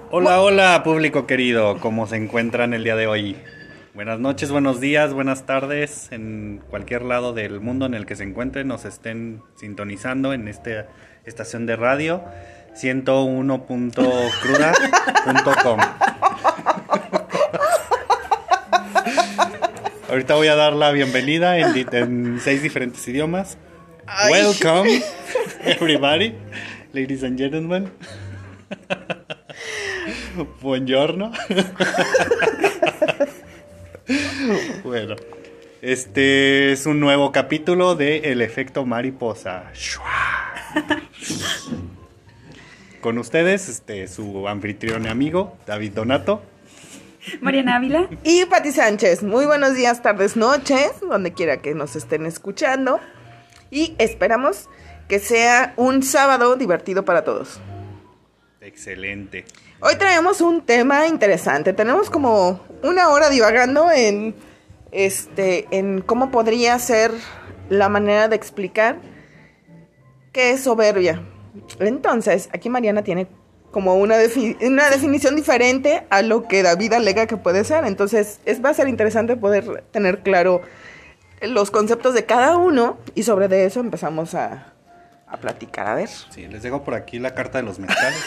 Hola, hola, público querido, ¿cómo se encuentran el día de hoy? Buenas noches, buenos días, buenas tardes, en cualquier lado del mundo en el que se encuentren, nos estén sintonizando en esta estación de radio 101.cruda.com. Ahorita voy a dar la bienvenida en 6 diferentes idiomas. Ay. Welcome, everybody, ladies and gentlemen. Buongiorno. Bueno, este es un nuevo capítulo de El Efecto Mariposa. Con ustedes, su anfitrión y amigo, David Donato. Mariana Ávila. Y Pati Sánchez. Muy buenos días, tardes, noches, donde quiera que nos estén escuchando. Y esperamos que sea un sábado divertido para todos. Excelente. Hoy traemos un tema interesante. Tenemos como una hora divagando en cómo podría ser la manera de explicar qué es soberbia. Entonces, aquí Mariana tiene como una definición diferente a lo que David alega que puede ser. Entonces, va a ser interesante poder tener claro los conceptos de cada uno y sobre de eso empezamos a platicar. A ver. Sí, les dejo por aquí la carta de los mezcales.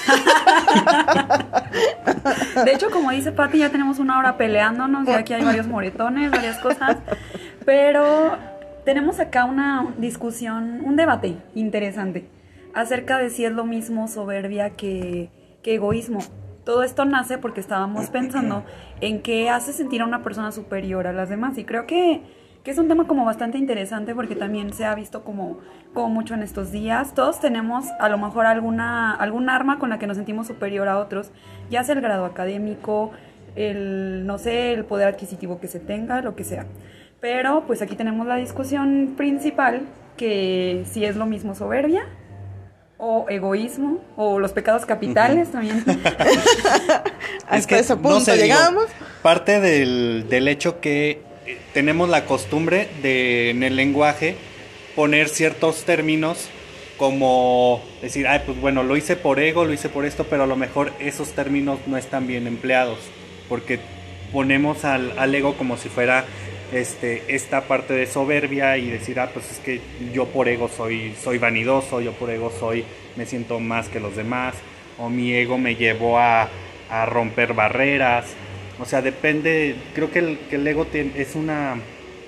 De hecho, como dice Pati, ya tenemos una hora peleándonos, ya aquí hay varios moretones, varias cosas, pero tenemos acá una discusión, un debate interesante acerca de si es lo mismo soberbia que egoísmo. Todo esto nace porque estábamos pensando en qué hace sentir a una persona superior a las demás, y creo que es un tema como bastante interesante porque también se ha visto como mucho en estos días. Todos tenemos a lo mejor algún arma con la que nos sentimos superior a otros, ya sea el grado académico, el poder adquisitivo que se tenga, lo que sea. Pero pues aquí tenemos la discusión principal, que si es lo mismo soberbia o egoísmo o los pecados capitales también. Hasta ese punto llegamos. Parte del hecho que tenemos la costumbre de en el lenguaje poner ciertos términos como decir, pues bueno, lo hice por ego, lo hice por esto, pero a lo mejor esos términos no están bien empleados, porque ponemos al ego como si fuera esta parte de soberbia y decir, pues es que yo por ego soy vanidoso, yo por ego me siento más que los demás, o mi ego me llevó a romper barreras. O sea, depende, creo que el ego es una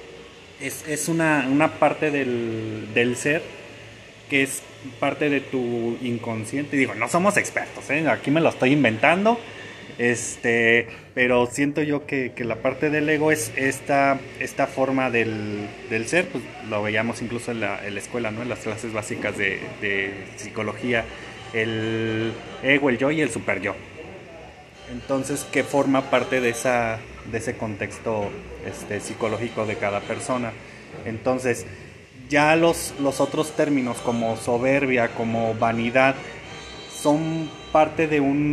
parte del ser que es parte de tu inconsciente. Digo, no somos expertos, aquí me lo estoy inventando, pero siento yo que la parte del ego es esta forma del ser. Pues lo veíamos incluso en la escuela, ¿no? En las clases básicas de psicología, el ego, el yo y el super yo. Entonces, que forma parte de ese contexto psicológico de cada persona. Entonces, ya los otros términos como soberbia, como vanidad, son parte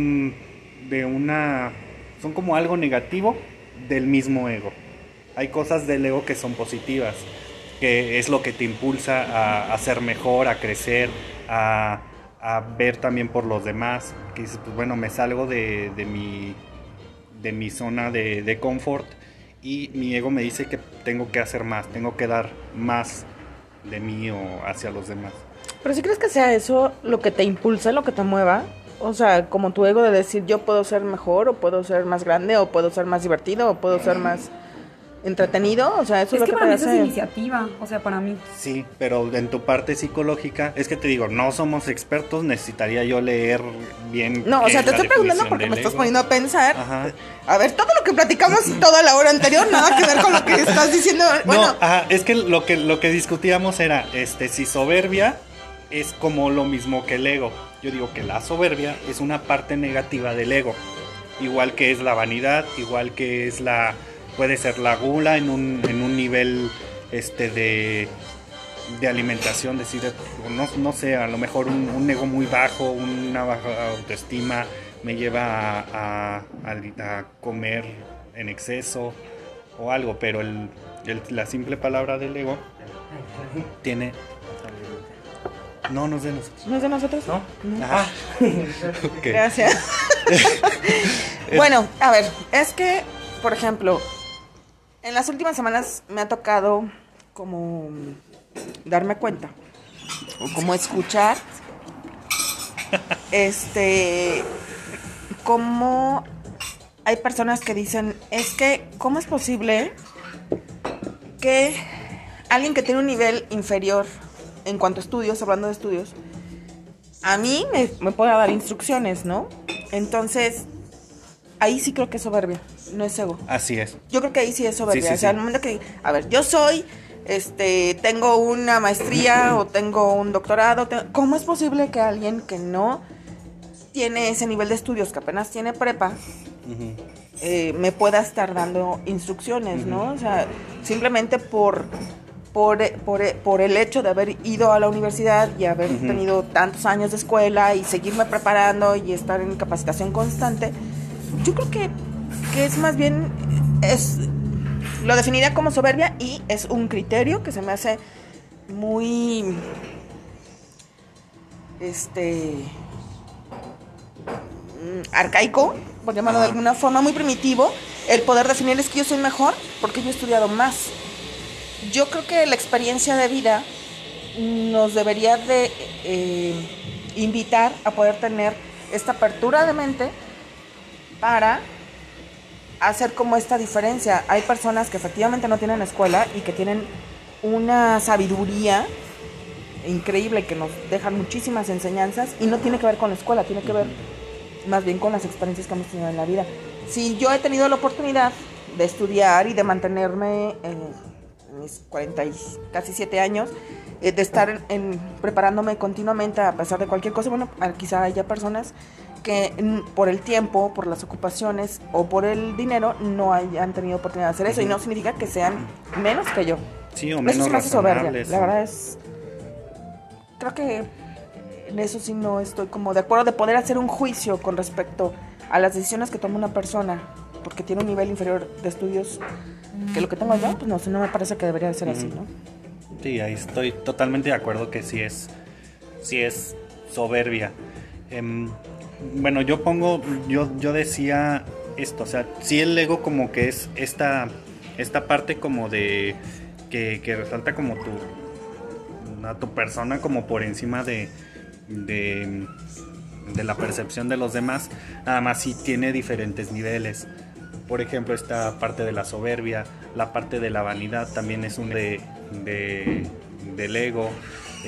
son como algo negativo del mismo ego. Hay cosas del ego que son positivas, que es lo que te impulsa a ser mejor, a crecer, a ver también por los demás, que dices, pues bueno, me salgo de mi zona de confort y mi ego me dice que tengo que hacer más, tengo que dar más de mí o hacia los demás. Pero si crees que sea eso lo que te impulsa, lo que te mueva, o sea, como tu ego de decir yo puedo ser mejor, o puedo ser más grande, o puedo ser más divertido, o puedo ser más entretenido, o sea, eso es lo que para te mí hace. Eso es iniciativa, o sea, para mí. Sí, pero en tu parte psicológica, es que te digo, no somos expertos, necesitaría yo leer bien. No, o sea, te estoy preguntando porque me estás poniendo a pensar. Ajá. A ver, todo lo que platicamos toda la hora anterior, nada que ver con lo que estás diciendo. Bueno, no, es que lo que discutíamos era, si soberbia es como lo mismo que el ego. Yo digo que la soberbia es una parte negativa del ego, igual que es la vanidad, igual que es puede ser la gula en un nivel de alimentación, decir, no sé, a lo mejor un ego muy bajo, una baja autoestima me lleva a comer en exceso o algo, pero la simple palabra del ego tiene... No es de nosotros. ¿No es de nosotros? ¿No? No. Ah. Okay. Gracias. Bueno, a ver, es que, por ejemplo, en las últimas semanas me ha tocado como darme cuenta o como escuchar cómo hay personas que dicen, es que ¿cómo es posible que alguien que tiene un nivel inferior en cuanto a estudios, hablando de estudios, a mí me pueda dar instrucciones, ¿no? Entonces, ahí sí creo que es soberbia, no es ego. Así es. Yo creo que ahí sí es soberbia. Sí. O sea, al momento que, a ver, yo soy, tengo una maestría o tengo un doctorado, ¿cómo es posible que alguien que no tiene ese nivel de estudios, que apenas tiene prepa, me pueda estar dando instrucciones, ¿no? O sea, simplemente por el hecho de haber ido a la universidad y haber tenido tantos años de escuela y seguirme preparando y estar en capacitación constante, yo creo que es más bien, lo definiría como soberbia, y es un criterio que se me hace muy, arcaico, por llamarlo de alguna forma, muy primitivo, el poder definir es que yo soy mejor porque yo he estudiado más. Yo creo que la experiencia de vida nos debería de invitar a poder tener esta apertura de mente para hacer como esta diferencia. Hay personas que efectivamente no tienen escuela y que tienen una sabiduría increíble, que nos dejan muchísimas enseñanzas, y no tiene que ver con la escuela, tiene que ver más bien con las experiencias que hemos tenido en la vida. Si yo he tenido la oportunidad de estudiar y de mantenerme en mis 40 y casi 7 años, de estar preparándome continuamente a pesar de cualquier cosa, bueno, quizá haya personas que por el tiempo, por las ocupaciones o por el dinero no hayan tenido oportunidad de hacer eso, y no significa que sean menos que yo. Sí, o menos razonables. La verdad es, creo que en eso sí no estoy como de acuerdo, de poder hacer un juicio con respecto a las decisiones que toma una persona porque tiene un nivel inferior de estudios que lo que tengo yo, pues no me parece que debería ser así, ¿no? Sí, ahí estoy totalmente de acuerdo que sí es soberbia. Bueno, yo decía esto, o sea, sí el ego como que es esta parte como de que resalta como a tu persona como por encima de la percepción de los demás. Nada más sí tiene diferentes niveles. Por ejemplo, esta parte de la soberbia, la parte de la vanidad también es un del ego.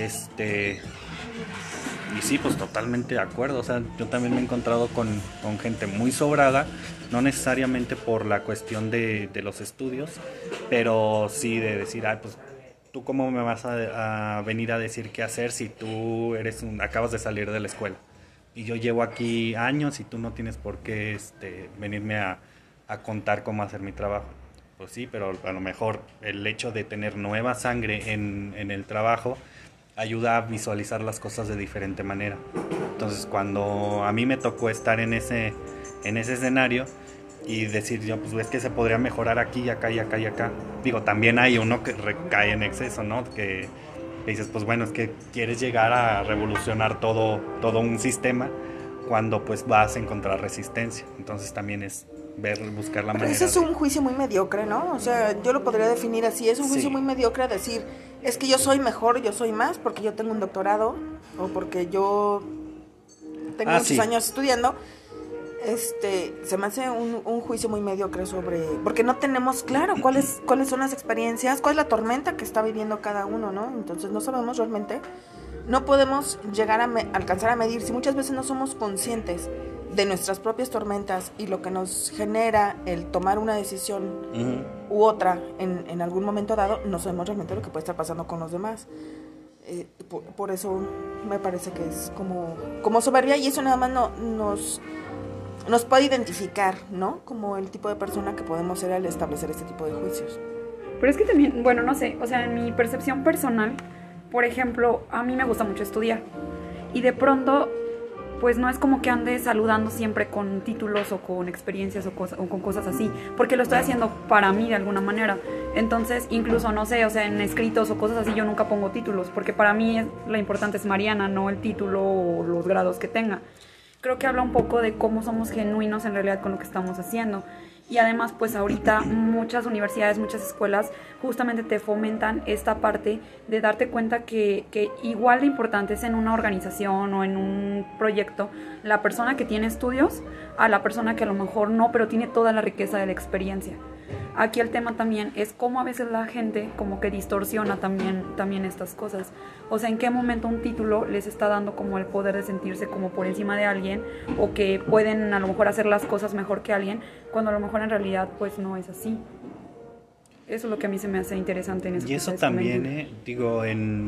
Y sí, pues totalmente de acuerdo. O sea, yo también me he encontrado con gente muy sobrada, no necesariamente por la cuestión de los estudios, pero sí de decir, pues tú cómo me vas a venir a decir qué hacer si tú acabas de salir de la escuela y yo llevo aquí años y tú no tienes por qué venirme a contar cómo hacer mi trabajo. Pues sí, pero a lo mejor el hecho de tener nueva sangre en el trabajo ayuda a visualizar las cosas de diferente manera. Entonces, cuando a mí me tocó estar en ese escenario y decir yo, pues es que se podría mejorar aquí, acá y acá y acá. Digo, también hay uno que recae en exceso, ¿no? Que dices, pues bueno, es que quieres llegar a revolucionar todo un sistema cuando pues vas a encontrar resistencia. Entonces también es buscar la manera. Pero ese es un juicio muy mediocre, ¿no? O sea, yo lo podría definir así, es un juicio muy mediocre decir, es que yo soy mejor, yo soy más porque yo tengo un doctorado o porque yo tengo muchos años estudiando. Se me hace un juicio muy mediocre porque no tenemos claro cuáles son las experiencias, cuál es la tormenta que está viviendo cada uno, ¿no? Entonces no sabemos realmente, no podemos llegar a alcanzar a medir, si muchas veces no somos conscientes de nuestras propias tormentas y lo que nos genera el tomar una decisión u otra en algún momento dado, no sabemos realmente lo que puede estar pasando con los demás. Por eso me parece que es como soberbia, y eso nada más nos puede identificar, ¿no? Como el tipo de persona que podemos ser al establecer este tipo de juicios. Pero es que también, bueno, no sé, o sea, en mi percepción personal, por ejemplo, a mí me gusta mucho estudiar y de pronto pues no es como que ande saludando siempre con títulos o con experiencias o con cosas así, porque lo estoy haciendo para mí de alguna manera. Entonces, incluso, no sé, o sea, en escritos o cosas así yo nunca pongo títulos, porque para mí la importante es Mariana, no el título o los grados que tenga. creo que habla un poco de cómo somos genuinos en realidad con lo que estamos haciendo. Y además, pues ahorita muchas universidades, muchas escuelas justamente te fomentan esta parte de darte cuenta que igual de importante es en una organización o en un proyecto la persona que tiene estudios a la persona que a lo mejor no, pero tiene toda la riqueza de la experiencia. Aquí el tema también es cómo a veces la gente como que distorsiona también estas cosas. O sea, en qué momento un título les está dando como el poder de sentirse como por encima de alguien o que pueden a lo mejor hacer las cosas mejor que alguien, cuando a lo mejor en realidad pues no es así. Eso es lo que a mí se me hace interesante en eso. Y eso también, digo,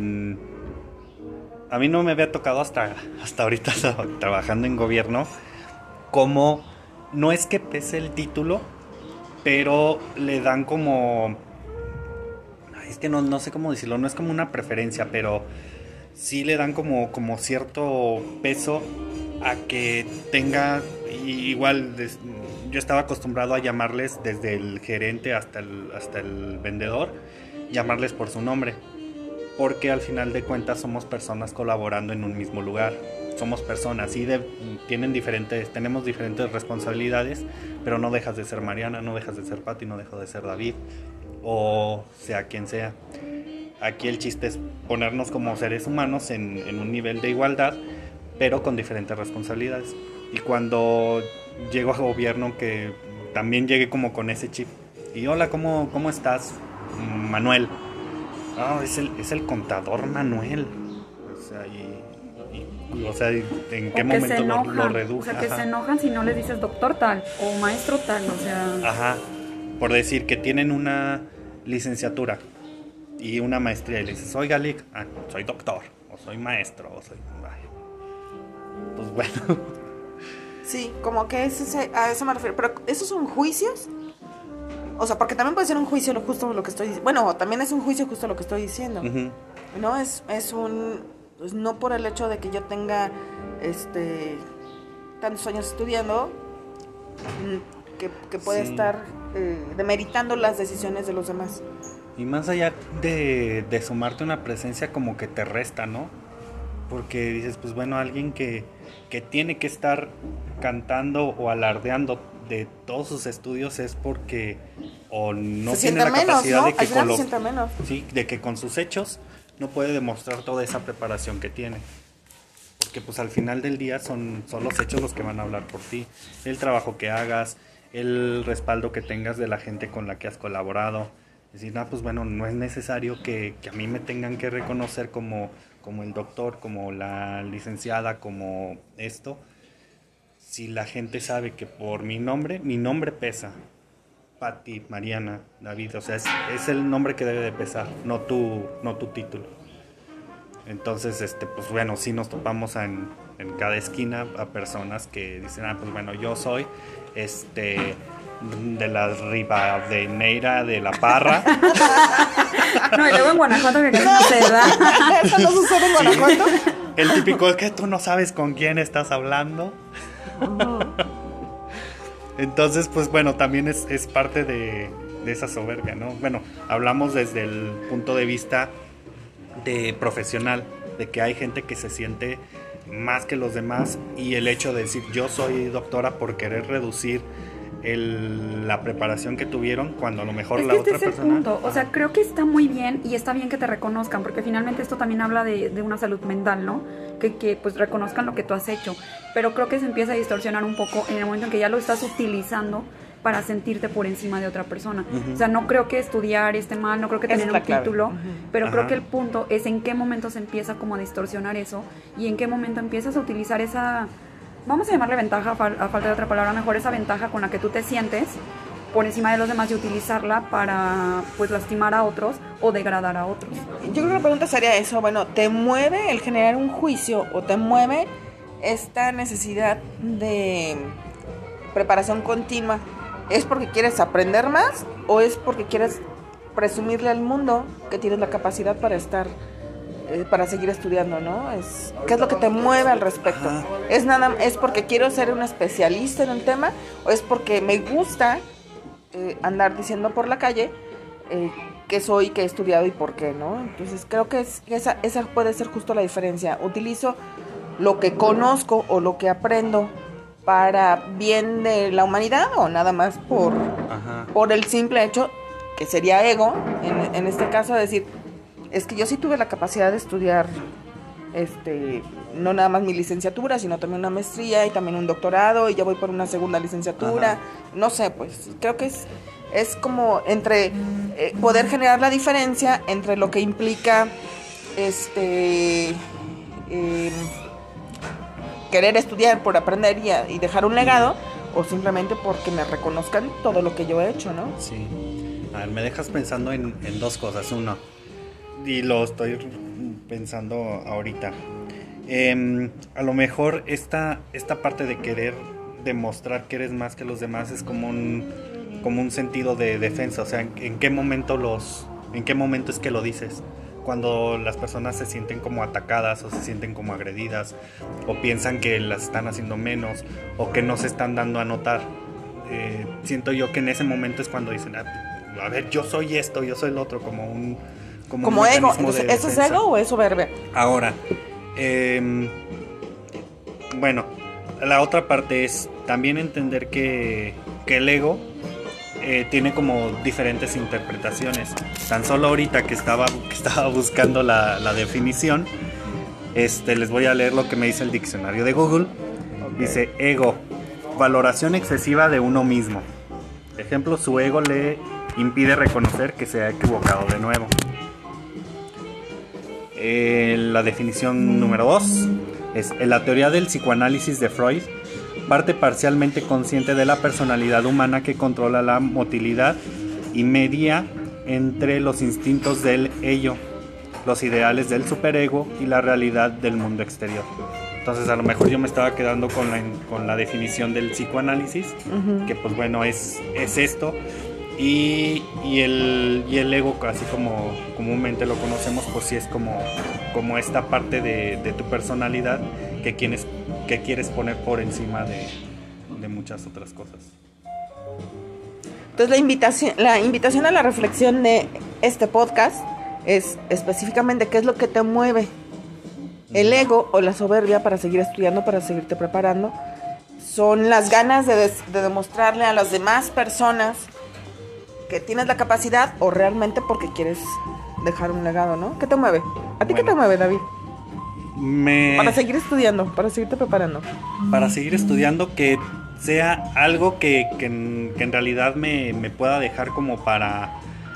a mí no me había tocado hasta ahorita trabajando en gobierno, como no es que pese el título, pero le dan como... Es que no sé cómo decirlo, no es como una preferencia, pero sí le dan como cierto peso a que tenga... Igual, yo estaba acostumbrado a llamarles desde el gerente hasta el vendedor, llamarles por su nombre, porque al final de cuentas somos personas colaborando en un mismo lugar. Somos personas y tenemos diferentes responsabilidades, pero no dejas de ser Mariana, no dejas de ser Pati, no dejo de ser David, o sea quien sea. Aquí el chiste es ponernos como seres humanos en un nivel de igualdad, pero con diferentes responsabilidades. Y cuando llego a gobierno, que también llegué como con ese chip, y hola, ¿cómo estás, Manuel? Es el contador Manuel. O sea, ¿en qué momento lo redujo? O sea, que se enojan si no les dices doctor tal o maestro tal, o sea... Ajá, por decir que tienen una licenciatura y una maestría y le dices, oiga, Lick, soy doctor, o soy maestro, o soy... Pues bueno. Sí, como que a eso me refiero. Pero, ¿esos son juicios? O sea, porque también puede ser un juicio justo lo que estoy diciendo. Bueno, también es un juicio justo lo que estoy diciendo. Uh-huh. No, es un... Pues no por el hecho de que yo tenga tantos años estudiando que puede estar demeritando las decisiones de los demás. Y más allá de sumarte una presencia, como que te resta, ¿no? Porque dices, pues bueno, alguien que tiene que estar cantando o alardeando de todos sus estudios es porque o no tiene la capacidad, ¿no? De que con sus hechos no puede demostrar toda esa preparación que tiene, porque pues al final del día son los hechos los que van a hablar por ti, el trabajo que hagas, el respaldo que tengas de la gente con la que has colaborado. Es decir, pues bueno, no es necesario que a mí me tengan que reconocer como el doctor, como la licenciada, como esto, si la gente sabe que por mi nombre pesa. Pati, Mariana, David, o sea, es el nombre que debe de pesar, no tu título. Entonces, pues bueno, sí nos topamos en cada esquina a personas que dicen, pues bueno, yo soy de la Rivadeneira de la Parra. No, y luego en Guanajuato que casi no se da. ¿Eso no sucede en Guanajuato? Sí. El típico es que tú no sabes con quién estás hablando. Entonces, pues bueno, también es parte de esa soberbia, ¿no? Bueno, hablamos desde el punto de vista de profesional, de que hay gente que se siente más que los demás, y el hecho de decir yo soy doctora por querer reducir la preparación que tuvieron, cuando a lo mejor la otra persona... Punto. O sea, creo que está muy bien y está bien que te reconozcan, porque finalmente esto también habla de una salud mental, ¿no? Que pues reconozcan lo que tú has hecho, pero creo que se empieza a distorsionar un poco en el momento en que ya lo estás utilizando para sentirte por encima de otra persona. Uh-huh. O sea, no creo que estudiar esté mal, no creo que tener un título, pero creo que el punto es en qué momento se empieza como a distorsionar eso y en qué momento empiezas a utilizar esa, vamos a llamarle ventaja, a falta de otra palabra mejor, esa ventaja con la que tú te sientes por encima de los demás y utilizarla para pues lastimar a otros o degradar a otros. Yo creo que la pregunta sería eso, bueno, ¿te mueve el generar un juicio o te mueve esta necesidad de preparación continua? ¿Es porque quieres aprender más o es porque quieres presumirle al mundo que tienes la capacidad para estar, para seguir estudiando, ¿no? ¿Qué es lo que te mueve al respecto? ¿Es porque quiero ser un especialista en un tema o es porque me gusta andar diciendo por la calle qué soy, qué he estudiado y por qué, ¿no? Entonces creo que esa puede ser justo la diferencia. Utilizo lo que conozco o lo que aprendo para bien de la humanidad o nada más por el simple hecho que sería ego, en este caso decir, es que yo sí tuve la capacidad de estudiar no nada más mi licenciatura, sino también una maestría y también un doctorado y ya voy por una segunda licenciatura. Ajá. No sé, pues creo que es como entre poder generar la diferencia entre lo que implica querer estudiar por aprender y dejar un legado, o simplemente porque me reconozcan todo lo que yo he hecho, ¿no? Sí. A ver, me dejas pensando en dos cosas. Uno, y lo estoy pensando ahorita. A lo mejor esta parte de querer demostrar que eres más que los demás es como un sentido de defensa. O sea, ¿en qué momento es que lo dices? Cuando las personas se sienten como atacadas o se sienten como agredidas o piensan que las están haciendo menos o que no se están dando a notar. Siento yo que en ese momento es cuando dicen, a ver, yo soy esto, yo soy el otro, como un ego. Entonces, ¿eso es ego o es soberbia? Ahora, bueno, la otra parte es también entender que el ego tiene como diferentes interpretaciones. Tan solo ahorita que estaba buscando la definición, les voy a leer lo que me dice el diccionario de Google. Okay. Dice, ego, valoración excesiva de uno mismo. Ejemplo, su ego le impide reconocer que se ha equivocado de nuevo. La definición número 2 es, en la teoría del psicoanálisis de Freud, parte parcialmente consciente de la personalidad humana que controla la motilidad y media entre los instintos del ello, los ideales del superego y la realidad del mundo exterior. Entonces a lo mejor yo me estaba quedando con la definición del psicoanálisis, uh-huh. Que pues bueno es esto, y el ego, así como comúnmente lo conocemos, pues sí es como esta parte de tu personalidad que quieres poner por encima de muchas otras cosas. Entonces la invitación a la reflexión de este podcast es específicamente qué es lo que te mueve. El ego o la soberbia para seguir estudiando, para seguirte preparando, son las ganas de demostrarle a las demás personas que tienes la capacidad, o realmente porque quieres dejar un legado, ¿no? ¿Qué te mueve? ¿A ti qué te mueve, David? Para seguir estudiando, para seguirte preparando. Para seguir estudiando, que sea algo que en realidad me pueda dejar como para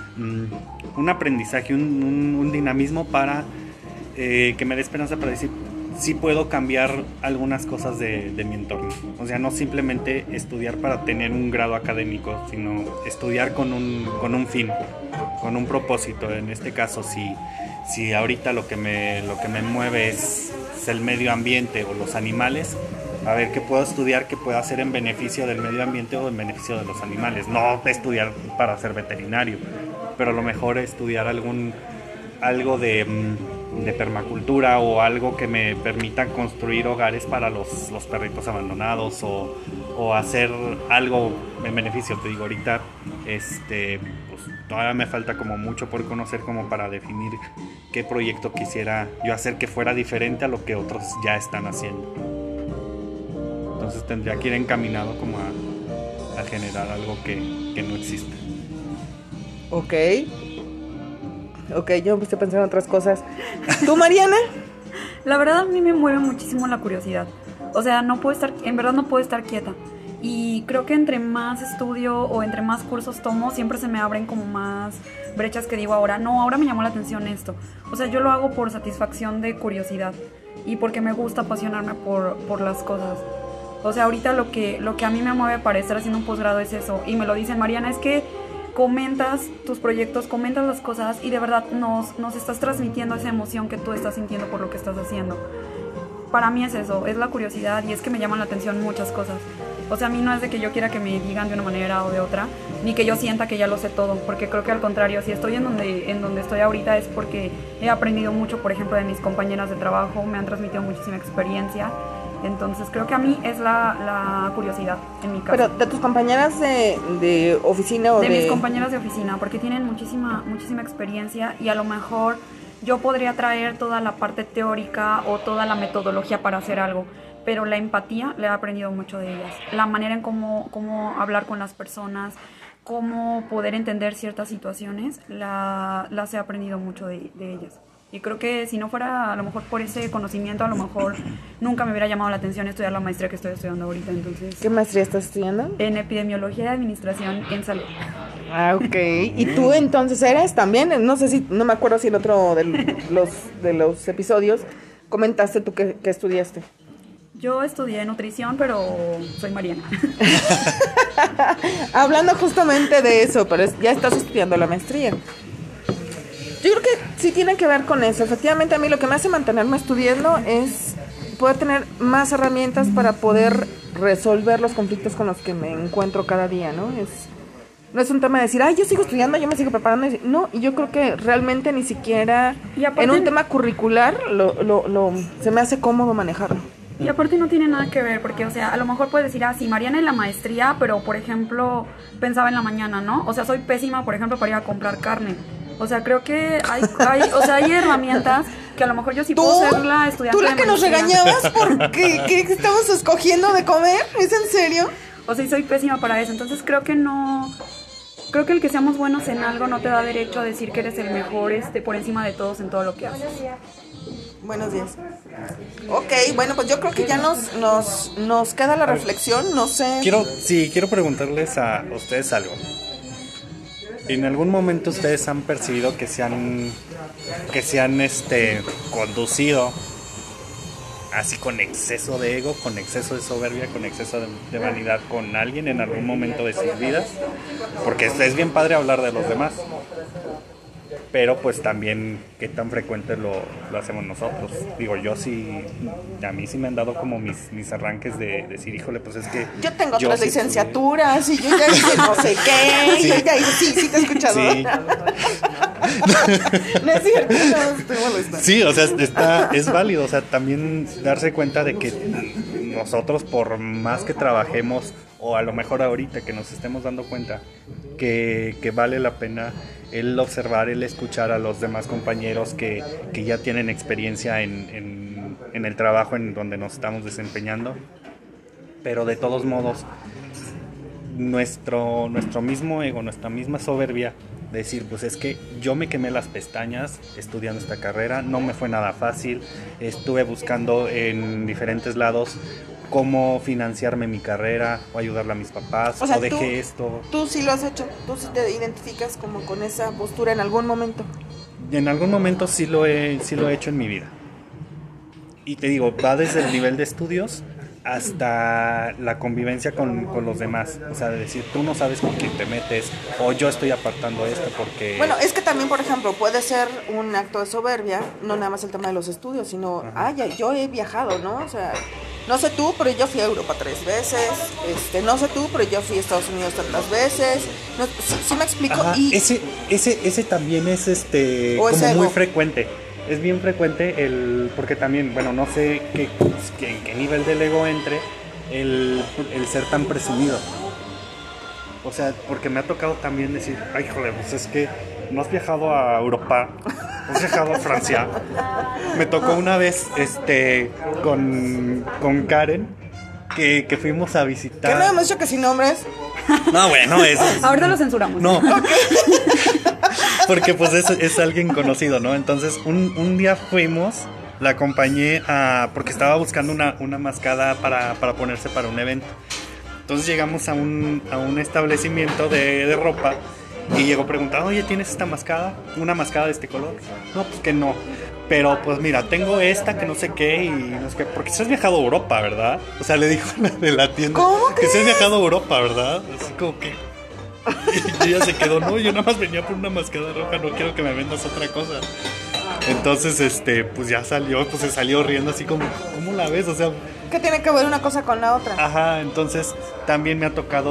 un aprendizaje, un dinamismo para que me dé esperanza para decir, sí puedo cambiar algunas cosas de mi entorno. O sea, no simplemente estudiar para tener un grado académico, sino estudiar con un fin, con un propósito. En este caso, si ahorita lo que me mueve es el medio ambiente o los animales, a ver qué puedo estudiar que pueda ser en beneficio del medio ambiente o en beneficio de los animales. No estudiar para ser veterinario, pero a lo mejor estudiar algo de permacultura o algo que me permita construir hogares para los perritos abandonados o hacer algo en beneficio. Te digo, ahorita pues todavía me falta como mucho por conocer como para definir qué proyecto quisiera yo hacer que fuera diferente a lo que otros ya están haciendo. Entonces tendría que ir encaminado como a generar algo que no existe. Ok, yo empecé a pensar en otras cosas. ¿Tú, Mariana? La verdad a mí me mueve muchísimo la curiosidad. O sea, en verdad no puedo estar quieta. Y creo que entre más estudio o entre más cursos tomo, siempre se me abren como más brechas que digo ahora me llamó la atención esto. O sea, yo lo hago por satisfacción de curiosidad y porque me gusta apasionarme por las cosas. O sea, ahorita lo que a mí me mueve para estar haciendo un posgrado es eso. Y me lo dicen, Mariana, es que comentas tus proyectos, comentas las cosas y de verdad nos estás transmitiendo esa emoción que tú estás sintiendo por lo que estás haciendo. Para mí es eso, es la curiosidad y es que me llaman la atención muchas cosas. O sea, a mí no es de que yo quiera que me digan de una manera o de otra, ni que yo sienta que ya lo sé todo, porque creo que al contrario, si estoy en donde estoy ahorita es porque he aprendido mucho, por ejemplo, de mis compañeras de trabajo, me han transmitido muchísima experiencia. Entonces creo que a mí es la curiosidad en mi caso. Pero de tus compañeras de oficina o de mis compañeras de oficina, porque tienen muchísima experiencia y a lo mejor yo podría traer toda la parte teórica o toda la metodología para hacer algo, pero la empatía le he aprendido mucho de ellas. La manera en cómo hablar con las personas, cómo poder entender ciertas situaciones, las he aprendido mucho de ellas. Y creo que si no fuera a lo mejor por ese conocimiento, a lo mejor nunca me hubiera llamado la atención estudiar la maestría que estoy estudiando ahorita. Entonces, ¿qué maestría estás estudiando? En epidemiología y administración en salud. Ah, ok. ¿Y tú entonces eres también? No sé si, no me acuerdo si en otro de los episodios comentaste tú que estudiaste. Yo estudié nutrición, pero soy Mariana. Hablando justamente de eso, pero ya estás estudiando la maestría. Yo creo que sí tiene que ver con eso. Efectivamente, a mí lo que me hace mantenerme estudiando es poder tener más herramientas para poder resolver los conflictos con los que me encuentro cada día, ¿no? No es un tema de decir, yo sigo estudiando, yo me sigo preparando. No, y yo creo que realmente ni siquiera en un tema curricular se me hace cómodo manejarlo. Y aparte no tiene nada que ver, porque, o sea, a lo mejor puedes decir, sí, Mariana en la maestría, pero, por ejemplo, pensaba en la mañana, ¿no? O sea, soy pésima, por ejemplo, para ir a comprar carne. O sea, creo que hay herramientas que a lo mejor yo sí puedo ser la estudiante. ¿Tú la que nos regañabas porque qué estamos escogiendo de comer? ¿Es en serio? O sea, soy pésima para eso. Entonces creo que el que seamos buenos en algo no te da derecho a decir que eres el mejor por encima de todos en todo lo que haces. Buenos días. Ok, bueno, pues yo creo que ya nos queda la reflexión, no sé. Quiero preguntarles a ustedes algo. ¿En algún momento ustedes han percibido que se han conducido así con exceso de ego, con exceso de soberbia, con exceso de vanidad con alguien en algún momento de sus vidas? Porque es bien padre hablar de los demás, pero pues también qué tan frecuente lo hacemos nosotros. Digo, yo sí, a mí sí me han dado como mis arranques de decir, híjole, pues es que yo tengo otras licenciaturas y yo ya hice no sé qué, sí. Yo ya hice, sí te he escuchado. Sí. No es cierto, no estoy molesta. Sí, o sea, es válido, o sea, también darse cuenta de que nosotros, por más que trabajemos, o a lo mejor ahorita que nos estemos dando cuenta que vale la pena el observar, el escuchar a los demás compañeros que ya tienen experiencia en el trabajo en donde nos estamos desempeñando, pero de todos modos nuestro mismo ego, nuestra misma soberbia, decir, pues es que yo me quemé las pestañas estudiando esta carrera, no me fue nada fácil, estuve buscando en diferentes lados cómo financiarme mi carrera o ayudarle a mis papás, o dejé esto. Tú sí lo has hecho, tú sí te identificas como con esa postura en algún momento. En algún momento sí lo he hecho en mi vida. Y te digo, va desde el nivel de estudios hasta la convivencia con los demás. O sea, de decir, tú no sabes con quién te metes, o yo estoy apartando esto porque... Bueno, es que también, por ejemplo, puede ser un acto de soberbia, no nada más el tema de los estudios, sino, yo he viajado, ¿no? O sea, no sé tú, pero yo fui a Europa 3 veces, no sé tú, pero yo fui a Estados Unidos tantas veces, no, ¿sí me explico? Ajá, y ese también es como muy frecuente. Es bien frecuente porque también, bueno, no sé en qué nivel del ego entre el ser tan presumido. O sea, porque me ha tocado también decir, ay, joder, pues es que no has viajado a Europa, no has viajado a Francia. Me tocó una vez con Karen que fuimos a visitar. ¿Qué no hemos dicho que sin nombres? No, bueno, eso. Ahorita lo censuramos. No. Porque pues es alguien conocido, ¿no? Entonces un día fuimos, la acompañé porque estaba buscando una mascada para ponerse para un evento. Entonces llegamos a un establecimiento de ropa y llegó preguntando, oye, ¿tienes esta mascada? ¿Una mascada de este color? No, pues que no. Pero pues mira, tengo esta que no sé qué y no sé qué. Porque si has viajado a Europa, ¿verdad? O sea, le dijo la de la tienda. ¿Cómo que si has viajado a Europa, ¿verdad? Así como que... Y ella se quedó, no, yo nada más venía por una mascada roja, no quiero que me vendas otra cosa. Entonces, pues ya salió, pues se salió riendo así como, ¿cómo la ves? O sea... ¿Qué tiene que ver una cosa con la otra? Ajá, entonces también me ha tocado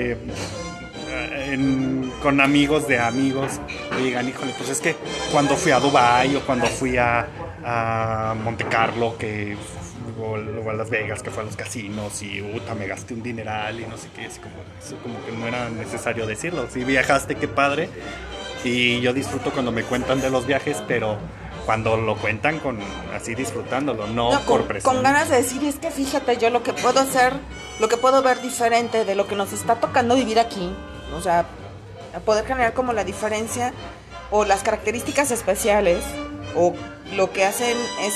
con amigos de amigos que digan, híjole, pues es que cuando fui a Dubái o cuando fui a Monte Carlo, o a Las Vegas, que fue a los casinos y me gasté un dineral y no sé qué, eso como que no era necesario decirlo. Si viajaste, qué padre, y yo disfruto cuando me cuentan de los viajes, pero cuando lo cuentan así disfrutándolo, no por presión. Con ganas de decir, es que fíjate, yo lo que puedo hacer, lo que puedo ver diferente de lo que nos está tocando vivir aquí, o sea, poder generar como la diferencia o las características especiales o lo que hacen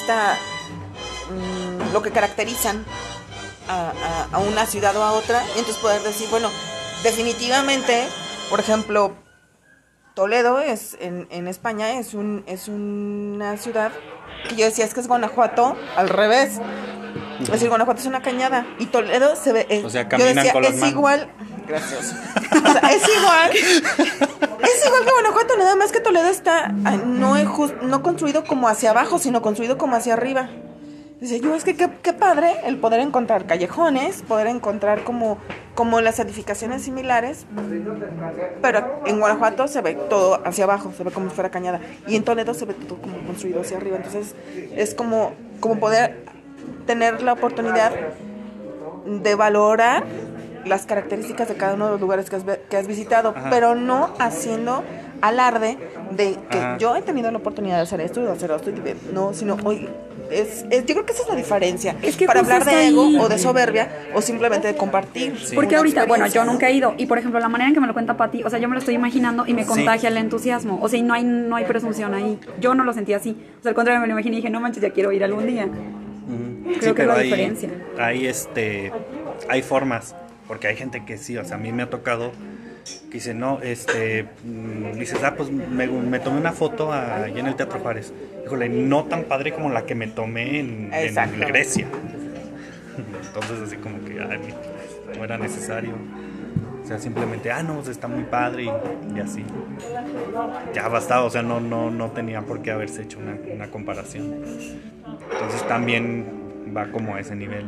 lo que caracterizan a una ciudad o a otra, y entonces poder decir, bueno, definitivamente, por ejemplo, Toledo en España es una ciudad que yo decía, es que es Guanajuato al revés. Es decir, Guanajuato es una cañada y Toledo se ve, o sea, caminan con los es igual. Gracias. O sea, es igual que Guanajuato, nada más que Toledo está no construido como hacia abajo, sino construido como hacia arriba. Dice, yo es que qué padre el poder encontrar callejones, poder encontrar como las edificaciones similares, pero en Guanajuato se ve todo hacia abajo, se ve como si fuera cañada, y en Toledo se ve todo como construido hacia arriba. Entonces es como poder tener la oportunidad de valorar las características de cada uno de los lugares que has visitado, ajá, pero no haciendo alarde de que ajá, yo he tenido la oportunidad de hacer esto y de hacer esto, no, sino hoy yo creo que esa es la diferencia, es que para hablar de ego o de soberbia o simplemente de compartir. Sí. Porque ahorita, bueno, yo nunca he ido y por ejemplo la manera en que me lo cuenta Pati, o sea, yo me lo estoy imaginando y me contagia el entusiasmo, o sea, y no hay presunción ahí. Yo no lo sentí así, o sea, al contrario, me lo imaginé y dije, no manches, ya quiero ir algún día. Creo que es la diferencia. Hay formas, porque hay gente que sí, o sea, a mí me ha tocado que dice, no, dices, pues me tomé una foto allá en el Teatro Juárez. Híjole, no tan padre como la que me tomé en Grecia. Entonces, así como que no era necesario. O sea, simplemente, no, pues está muy padre y así. Ya bastaba, o sea, no tenía por qué haberse hecho una comparación. Entonces también va como a ese nivel.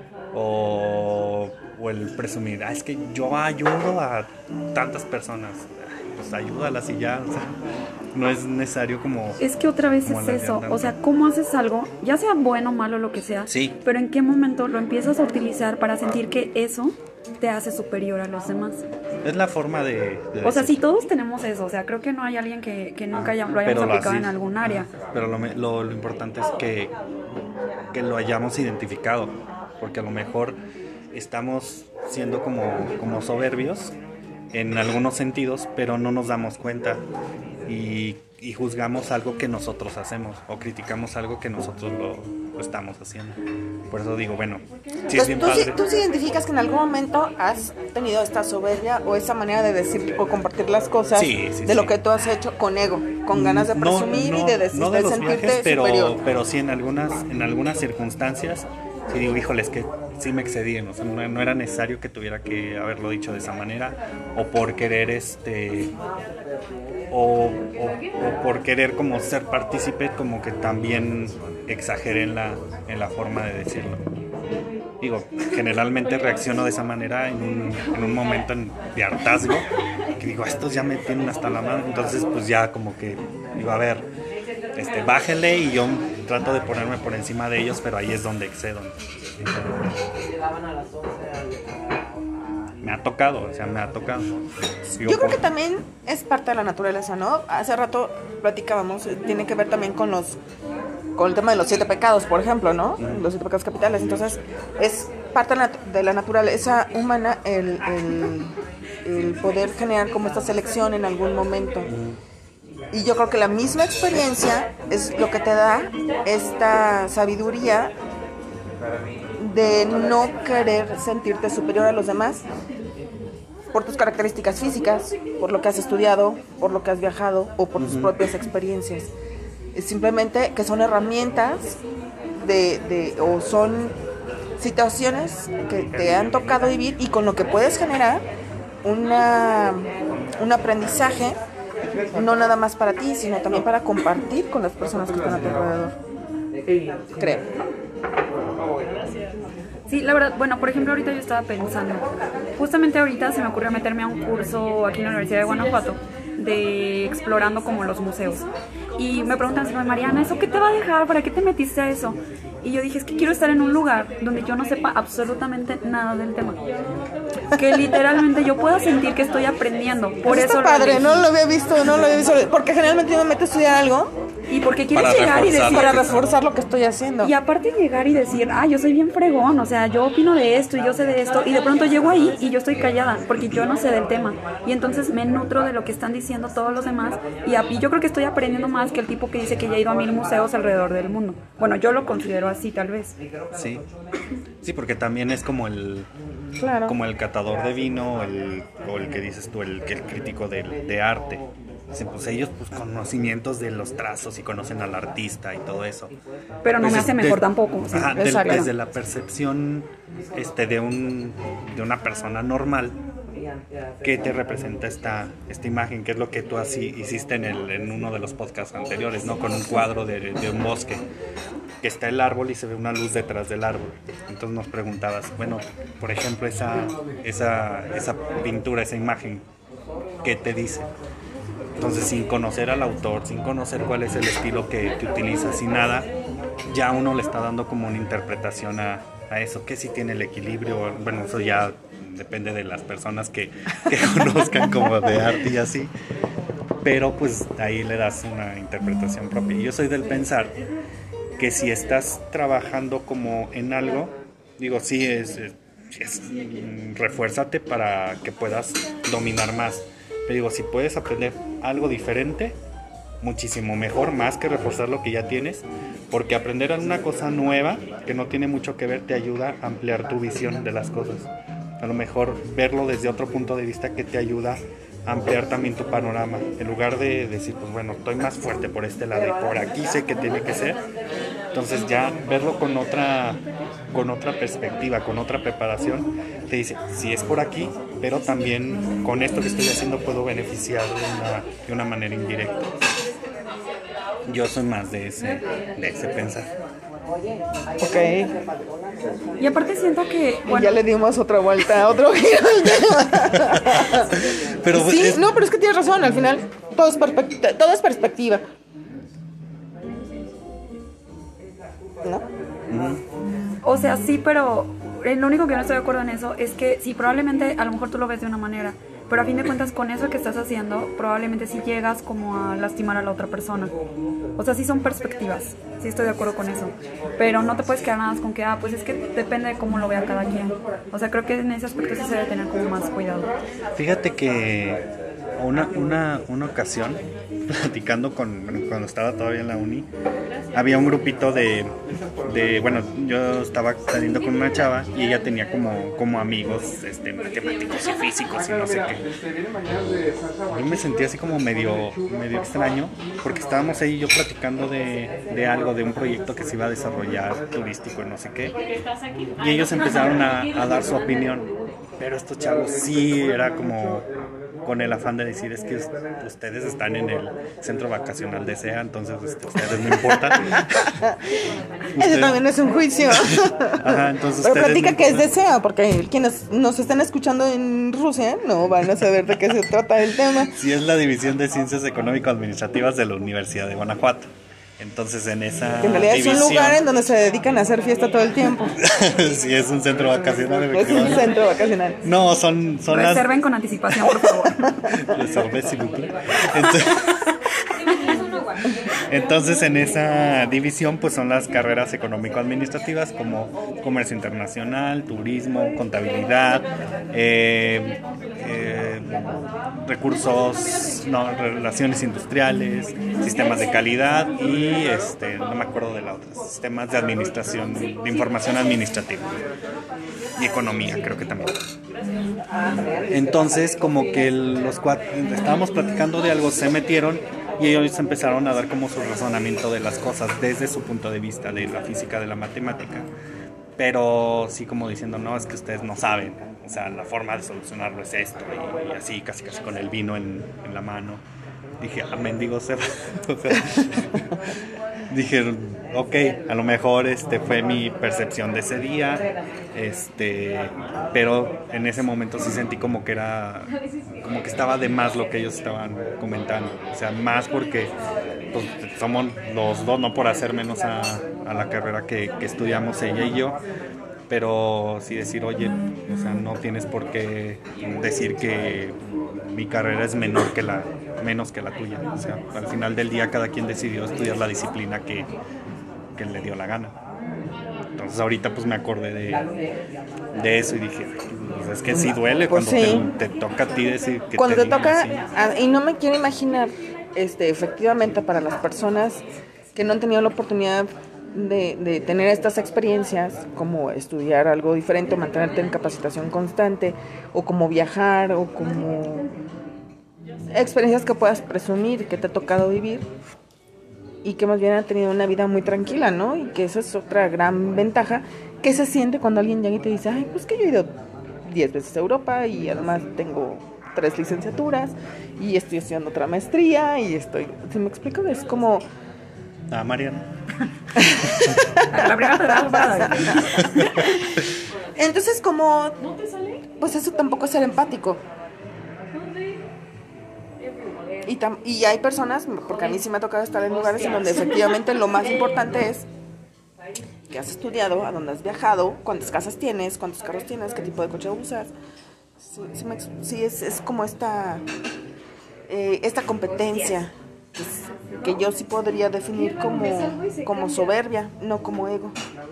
O el presumir, es que yo ayudo a tantas personas, pues ayúdalas y ya, o sea, no es necesario como... Es que otra vez es eso, o sea, ¿cómo haces algo, ya sea bueno, malo, lo que sea, sí, pero en qué momento lo empiezas a utilizar para sentir que eso te hace superior a los demás? Es la forma de o sea, si todos tenemos eso, o sea, creo que no hay alguien que nunca lo hayamos aplicado en algún área. Pero lo importante es que lo hayamos identificado, porque a lo mejor estamos siendo como soberbios en algunos sentidos, pero no nos damos cuenta y juzgamos algo que nosotros hacemos o criticamos algo que nosotros lo estamos haciendo. Por eso digo, bueno, sí es bien padre. ¿Tú sí identificas que en algún momento has tenido esta soberbia o esa manera de decir o compartir las cosas de lo que tú has hecho con ego, con ganas de presumir y de decir, no de los sentirte viajes, superior? Pero sí en algunas circunstancias sí digo, híjole, es que sí me excedí, o sea, no era necesario que tuviera que haberlo dicho de esa manera, o por querer o por querer como ser partícipe, como que también exageré en la forma de decirlo. Digo, generalmente reacciono de esa manera en un momento de hartazgo, que digo, estos ya me tienen hasta la mano, entonces pues ya como que digo, a ver, bájenle, y yo trato de ponerme por encima de ellos, pero ahí es donde excedo. Me ha tocado. Yo creo que también es parte de la naturaleza, ¿no? Hace rato platicábamos, tiene que ver también con el tema de los 7 pecados, por ejemplo, ¿no? Los 7 pecados capitales. Entonces, es parte de la naturaleza humana el poder generar como esta selección en algún momento. Y yo creo que la misma experiencia es lo que te da esta sabiduría de no querer sentirte superior a los demás por tus características físicas, por lo que has estudiado, por lo que has viajado o por tus propias experiencias. Es simplemente que son herramientas o son situaciones que te han tocado vivir y con lo que puedes generar un aprendizaje, no nada más para ti, sino también para compartir con las personas que están a tu alrededor. Creo. Sí, la verdad, bueno, por ejemplo, ahorita yo estaba pensando, justamente ahorita se me ocurrió meterme a un curso aquí en la Universidad de Guanajuato de explorando como los museos. Y me preguntan, Mariana, ¿eso qué te va a dejar? ¿Para qué te metiste a eso? Y yo dije, es que quiero estar en un lugar donde yo no sepa absolutamente nada del tema. Que literalmente yo pueda sentir que estoy aprendiendo. Por eso está padre, no lo había visto, porque generalmente yo me meto a estudiar algo Y porque quieres Para llegar y reforzar. decir... Para reforzar lo que estoy haciendo. Y aparte llegar y decir, yo soy bien fregón, o sea, yo opino de esto y yo sé de esto, y de pronto llego ahí y yo estoy callada, porque yo no sé del tema, y entonces me nutro de lo que están diciendo todos los demás, y yo creo que estoy aprendiendo más que el tipo que dice que ya ha ido a 1000 museos alrededor del mundo. Bueno, yo lo considero así, tal vez. Sí. Sí, porque también es como el Claro. como el catador de vino, o el que dices tú, el crítico de arte. Dicen, pues ellos pues conocimientos de los trazos y conocen al artista y todo eso. Pero no Pues me hace mejor tampoco. O sea, Ajá, exacto. desde la percepción de una persona normal, ¿qué te representa esta imagen? ¿Qué es lo que tú así hiciste en uno de los podcasts anteriores, ¿no? Con un cuadro de un bosque, que está el árbol y se ve una luz detrás del árbol. Entonces nos preguntabas, bueno, por ejemplo, esa pintura, esa imagen, ¿qué te dice? Entonces, sin conocer al autor, sin conocer cuál es el estilo que utiliza, sin nada, ya uno le está dando como una interpretación a eso, que si tiene el equilibrio, bueno, eso ya depende de las personas que conozcan como de arte y así, pero pues ahí le das una interpretación propia. Yo soy del pensar que si estás trabajando como en algo, digo, refuérzate para que puedas dominar más. Pero digo, si puedes aprender algo diferente, muchísimo mejor, más que reforzar lo que ya tienes, porque aprender una cosa nueva que no tiene mucho que ver te ayuda a ampliar tu visión de las cosas. A lo mejor verlo desde otro punto de vista que te ayuda a ampliar también tu panorama. En lugar de decir, pues bueno, estoy más fuerte por este lado y por aquí sé que tiene que ser. Entonces ya verlo con otra perspectiva, con otra preparación, te dice, si es por aquí, pero también con esto que estoy haciendo puedo beneficiar de una manera indirecta. Yo soy más de ese pensar. Ok. y aparte siento que, Y bueno, ya le dimos otra vuelta, otro giro al tema. Pero Sí, no, pero es que tienes razón, al final todo es perspectiva. ¿No? o sea, sí, pero lo único que no estoy de acuerdo en eso es que sí, probablemente a lo mejor tú lo ves de una manera, pero a fin de cuentas con eso que estás haciendo, probablemente sí llegas como a lastimar a la otra persona. O sea, sí son perspectivas, sí estoy de acuerdo con eso, pero no te puedes quedar nada más con que, pues es que depende de cómo lo vea cada quien. O sea, creo que en ese aspecto sí se debe tener como más cuidado. Fíjate que una ocasión, platicando cuando estaba todavía en la uni, había un grupito bueno, yo estaba saliendo con una chava y ella tenía como amigos matemáticos y físicos y no sé qué. Yo me sentía así como medio extraño, porque estábamos ahí yo platicando de algo, de un proyecto que se iba a desarrollar turístico y no sé qué, y ellos empezaron a dar su opinión, pero estos chavos sí era como con el afán de decir, es que ustedes están en el centro vacacional de SEA, entonces ustedes no importan. Ese también es un juicio. Ajá, entonces Pero ustedes platica no que es importan. desea, porque quienes nos están escuchando en Rusia no van a saber de qué se trata el tema. Sí, es la División de Ciencias Económico-Administrativas de la Universidad de Guanajuato. Entonces en esa Que en realidad es un división, lugar en donde se dedican a hacer fiesta todo el tiempo. sí, es un centro vacacional. Es un efectivamente. centro vacacional. No, son las Reserven con anticipación, por favor. reserves, s'il vous plaît. Entonces en esa división pues son las carreras económico-administrativas como comercio internacional, turismo, contabilidad, relaciones industriales, sistemas de calidad y no me acuerdo de la otra, sistemas de administración, de información administrativa y economía, creo que también. Entonces como que los cuatro estábamos platicando de algo, se metieron y ellos empezaron a dar como su razonamiento de las cosas desde su punto de vista de la física, de la matemática, pero sí como diciendo, no, es que ustedes no saben, o sea, la forma de solucionarlo es esto, y así casi con el vino en la mano. Dije, mendigo Seba. O sea, dije, ok, a lo mejor fue mi percepción de ese día, pero en ese momento sí sentí como que estaba de más lo que ellos estaban comentando, o sea, más porque pues, somos los dos, no por hacer menos a la carrera que estudiamos ella y yo, pero sí decir, oye, o sea, no tienes por qué decir que mi carrera es menos que la tuya. O sea, al final del día cada quien decidió estudiar la disciplina que le dio la gana. Entonces ahorita pues me acordé de eso y dije, pues es que sí duele Pues cuando sí. te toca a ti decir que Cuando te digan toca, así. y no me quiero imaginar, efectivamente para las personas que no han tenido la oportunidad de tener estas experiencias, como estudiar algo diferente, o mantenerte en capacitación constante, o como viajar, o como experiencias que puedas presumir que te ha tocado vivir, y que más bien han tenido una vida muy tranquila, ¿no? Y que esa es otra gran ventaja que se siente cuando alguien llega y te dice, ay, pues que yo he ido 10 veces a Europa y además tengo 3 licenciaturas y estoy estudiando otra maestría y estoy... ¿Sí me explico? Es como... Ah, Mariana. La primera te da para Entonces como... Pues eso tampoco es ser empático. Y hay personas, porque a mí sí me ha tocado estar en lugares en donde efectivamente lo más importante es que has estudiado, a dónde has viajado, cuántas casas tienes, cuántos carros tienes, qué tipo de coche usas. Sí, es como esta competencia que yo sí podría definir como soberbia, no como ego.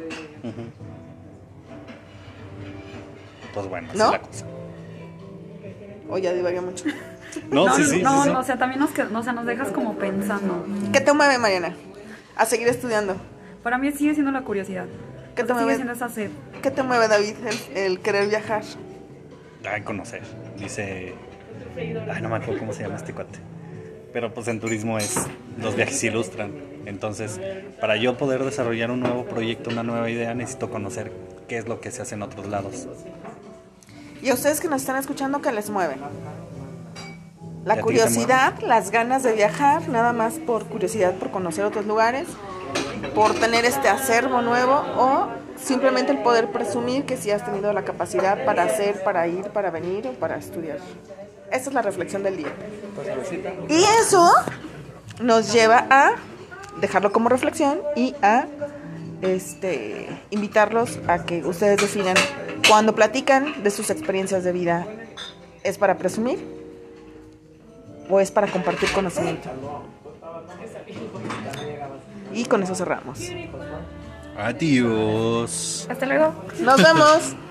Pues bueno, así ¿No? es la cosa. O ya divagué mucho. No, sí, sí. O sea, también nos dejas como pensando. ¿Qué te mueve, Mariana? A seguir estudiando. Para mí sigue siendo la curiosidad. ¿Qué te Sigue mueve? siendo esa sed. ¿Qué te mueve, David, el querer viajar? Ay, conocer. Dice... Ay, no me acuerdo cómo se llama este cuate. Pero pues en turismo los viajes se ilustran. Entonces, para yo poder desarrollar un nuevo proyecto, una nueva idea, necesito conocer qué es lo que se hace en otros lados. Y a ustedes que nos están escuchando, ¿qué les mueve? La ¿Y a ti curiosidad, las ganas de viajar, nada más por curiosidad, por conocer otros lugares, por tener este acervo nuevo, o simplemente el poder presumir que sí has tenido la capacidad para hacer, para ir, para venir o para estudiar. Esa es la reflexión del día. Y eso nos lleva a dejarlo como reflexión y a invitarlos a que ustedes definan cuando platican de sus experiencias de vida, ¿es para presumir o es para compartir conocimiento? Y con eso cerramos. Adiós. Hasta luego. Nos vemos.